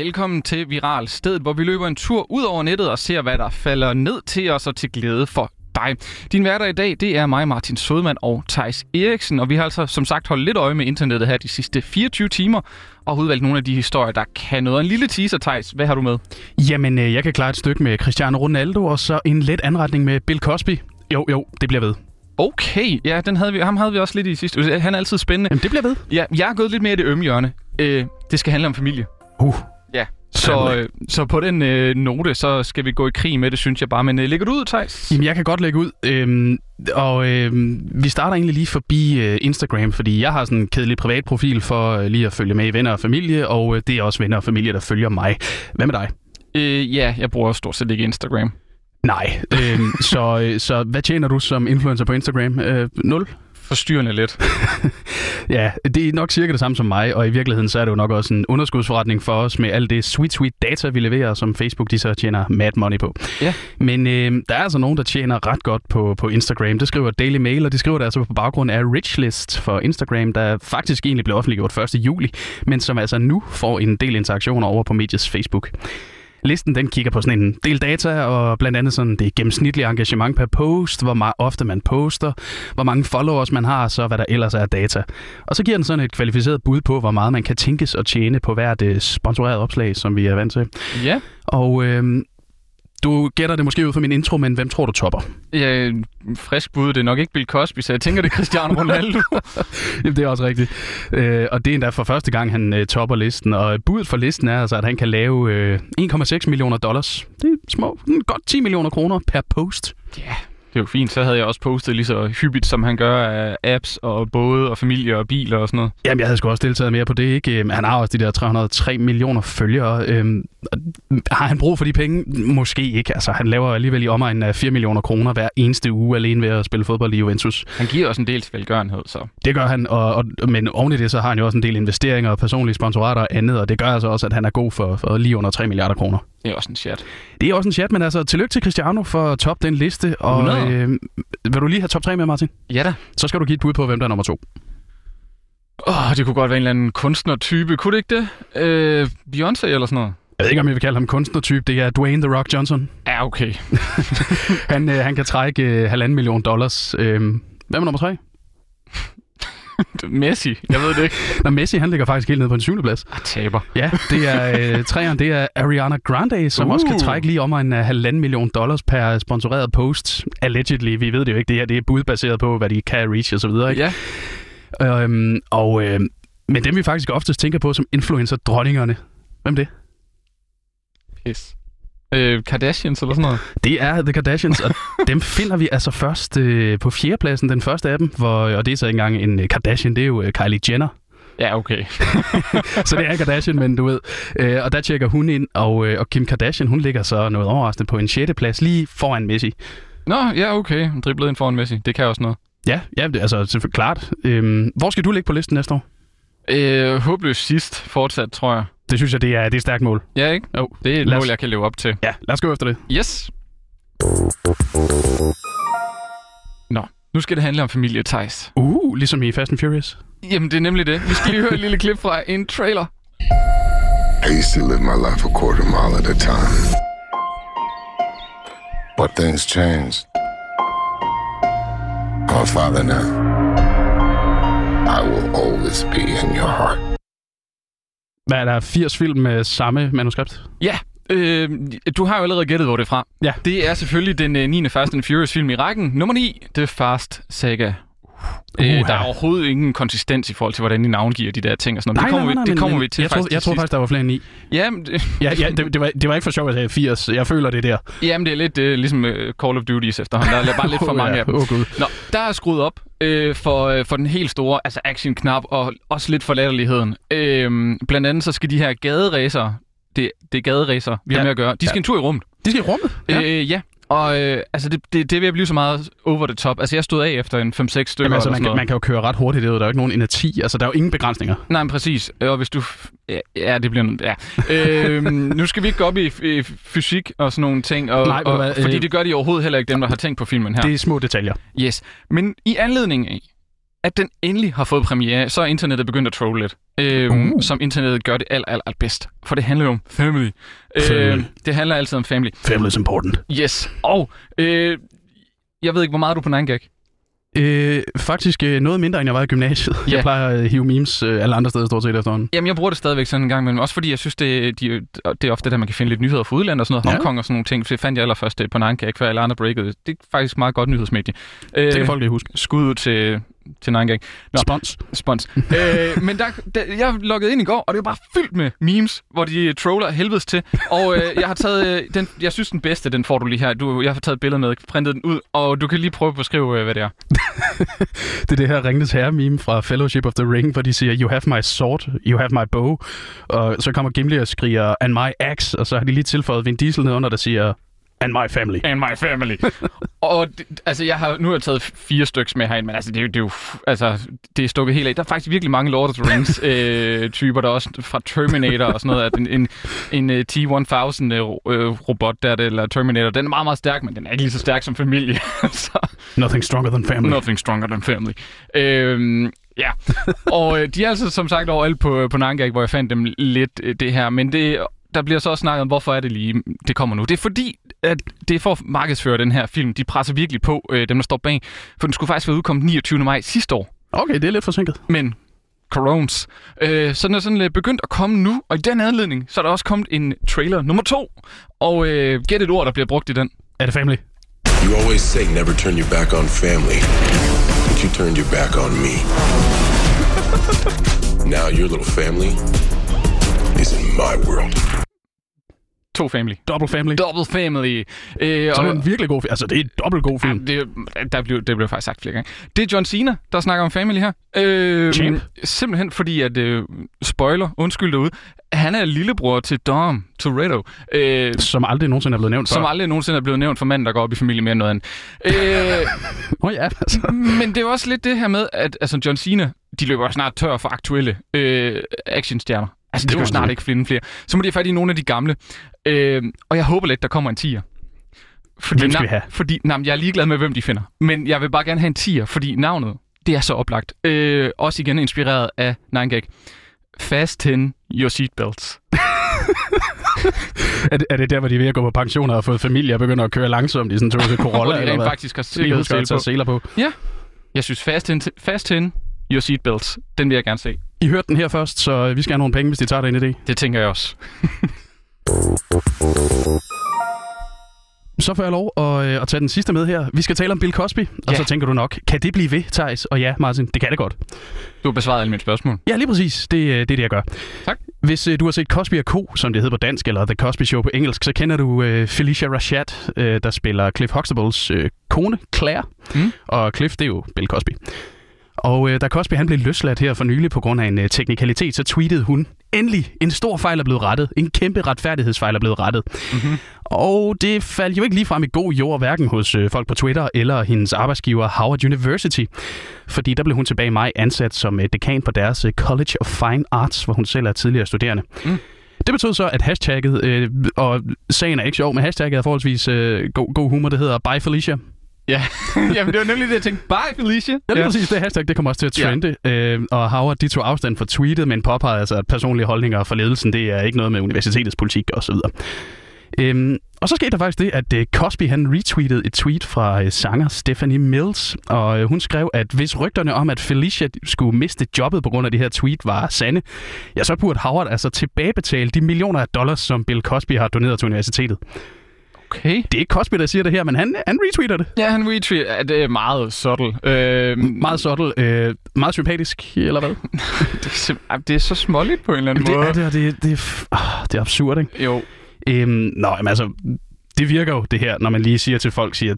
velkommen til Viral, stedet hvor vi løber en tur ud over nettet og ser, hvad der falder ned til os og til glæde for dig. Din værter i dag, det er mig, Martin Sodemann og Theis Eriksen, og vi har altså som sagt holdt lidt øje med internettet her de sidste 24 timer og udvalgt nogle af de historier, der kan noget. En lille teaser, Theis. Hvad har du med? Jamen, jeg kan klare et stykke med Cristiano Ronaldo, og så en let anretning med Bill Cosby. Jo, det bliver ved. Okay, ja, ham havde vi også lidt i sidste. Han er altid spændende. Jamen, det bliver ved. Ja, jeg er gået lidt mere i det ømme hjørne. Det skal handle om familie. Ja. Så på den note, så skal vi gå i krig med det, synes jeg bare. Men lægger du ud, Theis? Jamen, jeg kan godt lægge ud. Vi starter egentlig lige forbi Instagram, fordi jeg har sådan en kedelig privat profil for lige at følge med i venner og familie, og det er også venner og familie, der følger mig. Hvad med dig? Ja, jeg bruger stort set ikke Instagram. Nej. Så hvad tjener du som influencer på Instagram? 0? Forstyrrende lidt. Ja, det er nok cirka det samme som mig, og i virkeligheden så er det jo nok også en underskudsforretning for os med alt det sweet data, vi leverer, som Facebook de så tjener mad money på. Ja. Men der er altså nogen, der tjener ret godt på Instagram. Det skriver Daily Mail, og det skriver det altså på baggrund af Richlist for Instagram, der faktisk egentlig blev offentliggjort 1. juli, men som altså nu får en del interaktioner over på mediets Facebook. Listen den kigger på sådan en del data, og blandt andet sådan det gennemsnitlige engagement per post, hvor ofte man poster, hvor mange followers man har, så hvad der ellers er data. Og så giver den sådan et kvalificeret bud på, hvor meget man kan tænkes at tjene på hvert sponsoreret opslag, som vi er vant til. Ja. Og du gætter det måske ud fra min intro, men hvem tror du topper? Ja, frisk bud. Det er nok ikke Bill Cosby, så jeg tænker, det er Cristiano Ronaldo. Jamen, det er også rigtigt. Og det er endda for første gang, han topper listen. Og budet for listen er altså, at han kan lave $1,6 millioner. Det er godt 10 millioner kroner per post. Ja, det er jo fint. Så havde jeg også postet lige så hyppigt, som han gør af apps og både og familie og biler og sådan noget. Jamen, jeg havde sgu også deltaget mere på det, ikke? Han har også de der 303 millioner følgere. Har han brug for de penge? Måske ikke. Altså, han laver alligevel i omegnen af 4 millioner kroner hver eneste uge alene ved at spille fodbold i Juventus. Han giver også en del til velgørenhed, så. Det gør han, men oven i det, så har han jo også en del investeringer og personlige sponsorater og andet, og det gør altså også, at han er god for lige under 3 milliarder kroner. Det er også en chat. Det er også en chat, men altså, tillykke til Cristiano for at toppe den liste. Og vil du lige have top 3 med, Martin? Ja da. Så skal du give et bud på, hvem der er nummer 2. Det kunne godt være en eller anden kunstnertype. Kunne det ikke det? Beyoncé eller sådan noget? Jeg ved ikke, om jeg vil kalde ham kunstnertype. Det er Dwayne The Rock Johnson. Ja, okay. han kan trække $1,5 million. Hvem er nummer 3? Messi, jeg ved det ikke. Nå, Messi, han ligger faktisk helt nede på en 7. plads. Taber. Ja, det er træeren, det er Ariana Grande, som også kan trække lige om en $1,5 million per sponsoreret post. Allegedly, vi ved det jo ikke. Det her det er bud baseret på, hvad de kan reach og så videre, ikke? Ja. Men dem vi faktisk oftest tænker på som influencer-dronningerne. Hvem er det? Yes. Kardashians eller sådan noget? Det er The Kardashians, og dem finder vi altså først på 4. pladsen, den første af dem, og det er så ikke engang en Kardashian, det er jo Kylie Jenner. Ja, okay. Så det er Kardashian, men du ved. Og der tjekker hun ind, og Kim Kardashian, hun ligger så noget overraskende på en 6. plads, lige foran Messi. Nå, ja, okay. Driblet ind foran Messi. Det kan også noget. Ja, altså selvfølgelig klart. Hvor skal du ligge på listen næste år? Håbløst sidst fortsat, tror jeg. Det synes jeg, det er et stærkt mål. Ja, ikke? Jo. Det er et mål, jeg kan leve op til. Ja, lad os gå efter det. Yes. Nå, nu skal det handle om familie, Theis. Ligesom i Fast and Furious. Jamen, det er nemlig det. Vi skal lige høre et lille klip fra en trailer. I used to live my life a quarter mile at a time. But things changed. I'm a father now. I will always be in your heart. Hvad er der 80 film med samme manuskript? Ja, du har jo allerede gættet, hvor det er fra. Ja. Det er selvfølgelig den 9. Fast and Furious film i rækken. Nummer 9, The Fast Saga. Der er overhovedet ingen konsistens i forhold til, hvordan de navngiver de der ting og sådan noget. Det kommer vi til. Jeg tror faktisk, der var flere end 9. Jamen, det var ikke for sjovt at sige 80. Jeg føler det der. Jamen, det er lidt ligesom Call of Duty's efterhånden. Der er bare lidt for mange af dem. Gud. Nå, der er skruet op for den helt store action-knap, og også lidt for latterligheden. Blandt andet så skal de her gaderacer, det er gaderacer, vi har med at gøre, de skal en tur i rummet. De skal i rummet? Ja. Og det er ved at blive så meget over the top. Altså, jeg stod af efter en 5-6 stykker. Jamen, altså, man kan jo køre ret hurtigt. Der er jo ikke nogen inerti. Altså, der er jo ingen begrænsninger. Nej, men præcis. Og hvis du... Ja, det bliver... Ja. Nu skal vi ikke gå op i fysik og sådan nogle ting. Fordi det gør de overhovedet heller ikke, dem der har tænkt på filmen her. Det er små detaljer. Yes. Men i anledning af, at den endelig har fået premiere, så er internettet begyndt at trolle lidt. Som internettet gør det alt bedst. For det handler jo om family. Det handler altid om family. Family is important. Yes. Og jeg ved ikke, hvor meget du på 9gag? Faktisk noget mindre, end jeg var i gymnasiet. Yeah. Jeg plejer at hive memes alle andre steder stort set efterhånden. Jamen, jeg bruger det stadigvæk sådan en gang, men også fordi jeg synes, det er ofte, at man kan finde lidt nyheder fra udlandet og sådan noget. Hongkong og sådan nogle ting. For det fandt jeg allerførst på 9gag, før alle andre breakede. Det er faktisk meget godt nyhedsmedie. Det kan folk lige huske. Skud ud til 9gag. Spons. Men jeg loggede ind i går, og det var bare fyldt med memes, hvor de troller helvedes til. Og jeg har taget jeg synes den bedste, den får du lige her. Jeg har taget billeder med, printet den ud, og du kan lige prøve at beskrive, hvad det er. Det er det her Ringenes Herre-meme fra Fellowship of the Ring, hvor de siger, you have my sword, you have my bow. Og så kommer Gimli og skriger, and my axe, og så har de lige tilføjet Vin Diesel nedunder, der siger, and my family. And my family. Og nu har jeg taget 4 stykker med herind, men altså, det er stukket helt af. Der er faktisk virkelig mange Lord of the Rings typer, der også fra Terminator og sådan noget. At en T-1000 robot der, eller Terminator, den er meget, meget stærk, men den er ikke lige så stærk som familie. Nothing stronger than family. Nothing stronger than family. Ja, og de er altså som sagt overalt på 9gag, hvor jeg fandt dem lidt det her, men der bliver så også snakket om, hvorfor er det lige, det kommer nu. Det er fordi, at det er for at markedsføre den her film. De presser virkelig på, dem der står bag. For den skulle faktisk være udkommet 29. maj sidste år. Okay, det er lidt forsinket. Men coronas. Så den er sådan begyndt at komme nu, og i den anledning, så er der også kommet en trailer nummer 2. Og gæt et ord, der bliver brugt i den. Er det family? You always say never turn your back on family, but you turned your back on me. Now your little family is in my world. 2 family. Double family. Double family. Så det er en virkelig god film. Altså, det er en dobbelt god film. Ja, det blev faktisk sagt flere gange. Det er John Cena, der snakker om family her. Simpelthen fordi, at spoiler, undskyld derude, han er lillebror til Dom Toretto. Som aldrig nogensinde er blevet nævnt før. Som aldrig nogensinde er blevet nævnt for manden, der går op i familie mere end noget andet. Ja, altså. Men det er også lidt det her med, at altså, John Cena, de løber snart tør for aktuelle actionstjerner. Altså, det vil snart ikke finde flere. Så må de have fat i nogle af de gamle. Og jeg håber lidt, der kommer en 10'er. Hvem skal vi have? Jeg er ligeglad med, hvem de finder. Men jeg vil bare gerne have en 10'er, fordi navnet, det er så oplagt. Også igen inspireret af 9gag. Fasten your seatbelts. Er det der, hvor de er ved at gå på pension og har fået familie og begynder at køre langsomt i sådan en Corolla? Hvor de rent faktisk har sikkerhedssele på. Ja. Jeg synes, fasten your seatbelts, den vil jeg gerne se. I hørte den her først, så vi skal have nogle penge, hvis de tager den idé. Det tænker jeg også. Så får jeg lov at tage den sidste med her. Vi skal tale om Bill Cosby, og så tænker du nok, kan det blive ved, Theis? Og ja, Martin, det kan det godt. Du har besvaret alle mine spørgsmål. Ja, lige præcis. Det er det, jeg gør. Tak. Hvis du har set Cosby & Co., som det hedder på dansk, eller The Cosby Show på engelsk, så kender du Felicia Rashad, der spiller Cliff Huxtables kone, Claire. Og Cliff, det er jo Bill Cosby. Og da Cosby han blev løsladt her for nylig på grund af en teknikalitet, så tweetede hun, endelig, en stor fejl er blevet rettet. En kæmpe retfærdighedsfejl er blevet rettet. Mm-hmm. Og det faldt jo ikke lige frem i god jord, hverken hos folk på Twitter eller hendes arbejdsgiver Howard University. Fordi der blev hun tilbage i maj ansat som dekan på deres College of Fine Arts, hvor hun selv er tidligere studerende. Det betød så, at hashtagget, og sagen er ikke sjov, men hashtagget er forholdsvis god humor, det hedder Bye Felicia. Ja, jamen det var nemlig det, jeg tænkte. Bye, Felicia. Ja, præcis. Det hashtag, det kommer også til at trende. Ja. Og Howard, de tog afstand fra tweetet, men påpegede altså, at personlige holdninger for ledelsen, det er ikke noget med universitetets politik osv. Og så skete der faktisk det, at Cosby han retweetede et tweet fra sanger Stephanie Mills, og hun skrev, at hvis rygterne om, at Felicia skulle miste jobbet på grund af det her tweet var sande, ja, så burde Howard altså tilbagebetale de millioner af dollars, som Bill Cosby har doneret til universitetet. Okay. Det er ikke Cosby, der siger det her, men han retweeter det. Ja, han retweeter. Det er meget subtle. Meget subtle. Meget sympatisk, eller hvad? Det er så småligt på en eller anden måde. Det er absurd, ikke? Jo. Men altså, det virker jo det her, når man lige siger til folk, siger,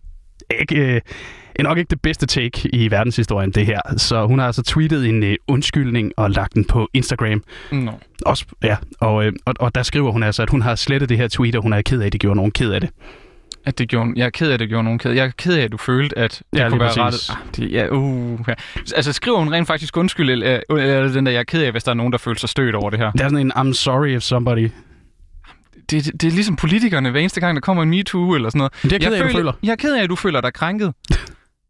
nok ikke det bedste take i verdenshistorien, det her. Så hun har altså tweetet en undskyldning og lagt den på Instagram. No. Også, ja, og der skriver hun altså, at hun har slettet det her tweet, og hun er ked af, at det gjorde nogen ked af det. Jeg er ked af, at det gjorde nogen ked. Jeg er ked af, at du følte, at det kunne være rettet. Ja. Altså, skriver hun rent faktisk undskyld, eller den der, jeg er ked af, hvis der er nogen, der føler sig stødt over det her? Det er sådan en, I'm sorry if somebody... Det er ligesom politikerne, hver eneste gang, der kommer en MeToo eller sådan noget. Det er jeg er ked af, at du føler. Jeg er ked af, at du føler dig krænket.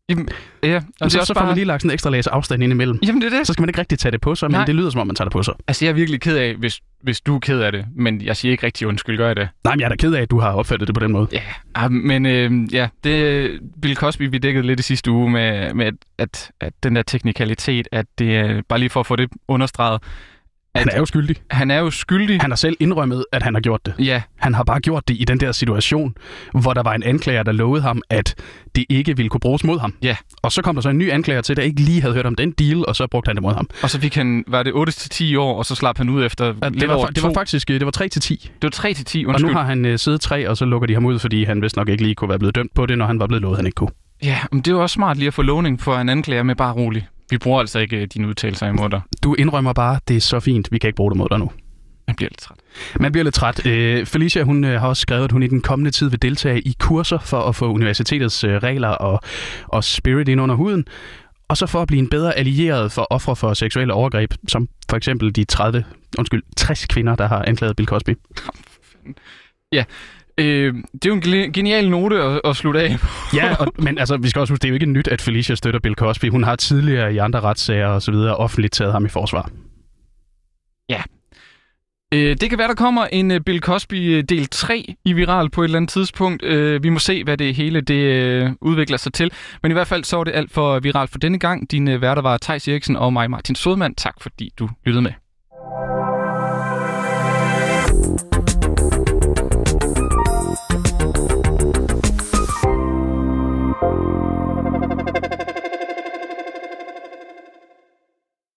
Jamen, ja. Og så får man lige lagt sådan en ekstra lags afstand ind imellem. Jamen, det er det. Så skal man ikke rigtig tage det på sig, men det lyder som om, man tager det på sig. Altså, jeg er virkelig ked af, hvis du er ked af det, men jeg siger ikke rigtig undskyld, gør jeg det? Nej, men jeg er da ked af, at du har opfattet det på den måde. Ja, men det Bill Cosby, vi dækkede lidt i sidste uge med at den der teknikalitet, at det er bare lige for at få det understreget. Han er jo skyldig. Han er jo skyldig. Han har selv indrømmet, at han har gjort det. Ja. Han har bare gjort det i den der situation, hvor der var en anklager, der lovede ham, at det ikke ville kunne bruges mod ham. Ja. Og så kom der så en ny anklager til, der ikke lige havde hørt om den deal, og så brugte han det mod ham. Og så fik han, var det 8-10 år, og så slap han ud efter det var faktisk, det var 3-10. Det var 3-10, undskyld. Og nu har han siddet 3, og så lukker de ham ud, fordi han vist nok ikke lige kunne være blevet dømt på det, når han var blevet lovet, han ikke kunne. Ja, men det er jo også smart lige at få lovning for en anklager med bare rolig. Vi bruger altså ikke dine udtalelser imod dig. Du indrømmer bare, det er så fint, vi kan ikke bruge det mod dig nu. Man bliver lidt træt. Felicia, hun har også skrevet, at hun i den kommende tid vil deltage i kurser for at få universitetets regler og spirit ind under huden. Og så for at blive en bedre allieret for ofre for seksuelle overgreb, som for eksempel de 60 kvinder, der har anklaget Bill Cosby. Ja. Det er jo en genial note at slutte af. Ja, men altså, vi skal også huske, det er jo ikke nyt, at Felicia støtter Bill Cosby. Hun har tidligere i andre retssager og så videre offentligt taget ham i forsvar. Ja. Det kan være, der kommer en Bill Cosby del 3 i Viral på et eller andet tidspunkt. Vi må se, hvad det hele det udvikler sig til. Men i hvert fald så var det alt for Viral for denne gang. Dine værter var Theis Eriksen og mig, Martin Sodemann. Tak fordi du lyttede med.